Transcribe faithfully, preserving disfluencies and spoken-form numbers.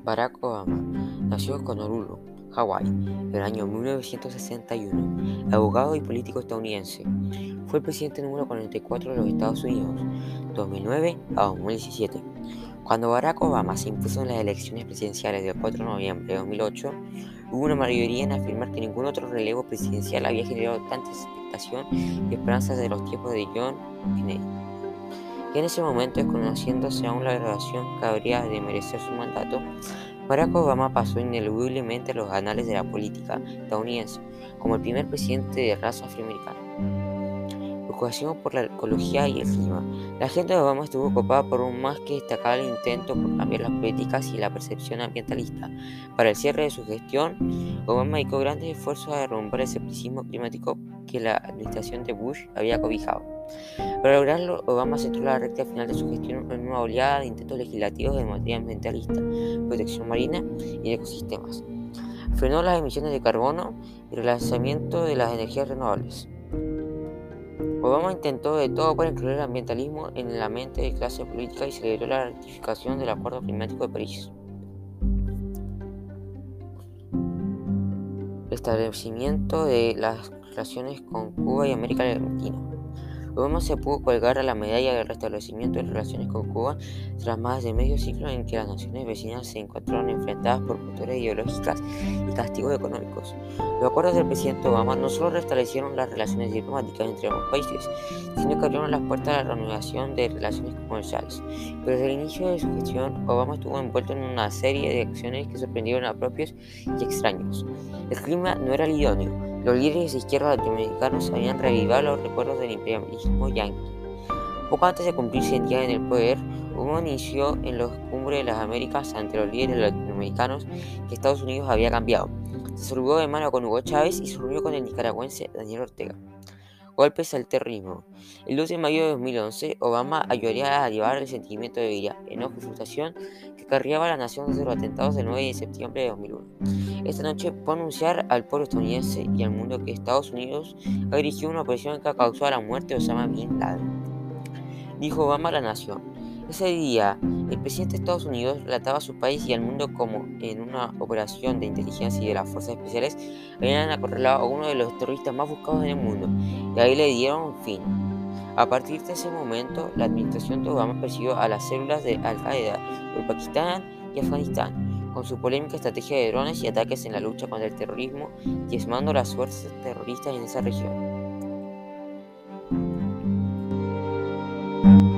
Barack Obama nació en Honolulu, Hawái, en el año mil novecientos sesenta y uno, abogado y político estadounidense. Fue el presidente número cuarenta y cuatro de los Estados Unidos, dos mil nueve a dos mil diecisiete. Cuando Barack Obama se impuso en las elecciones presidenciales del cuatro de noviembre de dos mil ocho, hubo una mayoría en afirmar que ningún otro relevo presidencial había generado tanta expectación y esperanzas de los tiempos de John Kennedy. Y en ese momento, desconociéndose aún la graduación que habría de merecer su mandato, Barack Obama pasó ineludiblemente a los anales de la política estadounidense como el primer presidente de raza afroamericana. Preocupación por la ecología y el clima. La agenda de Obama estuvo ocupada por un más que destacable intento por cambiar las políticas y la percepción ambientalista. Para el cierre de su gestión, Obama dedicó grandes esfuerzos a derrumbar el escepticismo climático que la administración de Bush había cobijado. Para lograrlo, Obama centró la recta final de su gestión en una oleada de intentos legislativos de materia ambientalista, protección marina y ecosistemas. Frenó las emisiones de carbono y el relanzamiento de las energías renovables. Obama intentó de todo para incluir el ambientalismo en la mente de clase política y celebró la ratificación del Acuerdo Climático de París. El establecimiento de las relaciones con Cuba y América Latina. Obama se pudo colgar a la medalla del restablecimiento de relaciones con Cuba tras más de medio siglo en que las naciones vecinas se encontraron enfrentadas por posturas ideológicas y castigos económicos. Los acuerdos del presidente Obama no solo restablecieron las relaciones diplomáticas entre ambos países, sino que abrieron las puertas a la reanudación de relaciones comerciales. Pero desde el inicio de su gestión, Obama estuvo envuelto en una serie de acciones que sorprendieron a propios y extraños. El clima no era el idóneo. Los líderes de izquierda latinoamericanos habían revivado los recuerdos del imperialismo yanqui. Poco antes de cumplir cien días en el poder, Obama inició en la cumbre de las Américas ante los líderes latinoamericanos que Estados Unidos había cambiado. Se saludó de mano con Hugo Chávez y se reunió con el nicaragüense Daniel Ortega. Golpes al terrorismo. El dos de mayo de dos mil once, Obama ayudaría a llevar el sentimiento de ira, enojo y frustración que cargaba a la nación desde los atentados del nueve de septiembre de dos mil uno. Esta noche puedo anunciar al pueblo estadounidense y al mundo que Estados Unidos ha dirigido una operación que ha causado la muerte de Osama Bin Laden, dijo Obama a la nación. Ese día, el presidente de Estados Unidos relataba a su país y al mundo como en una operación de inteligencia y de las fuerzas especiales habían acorralado a uno de los terroristas más buscados en el mundo y ahí le dieron fin. A partir de ese momento, la administración de Obama persiguió a las células de Al-Qaeda por Pakistán y Afganistán, con su polémica estrategia de drones y ataques en la lucha contra el terrorismo, diezmando las fuerzas terroristas en esa región.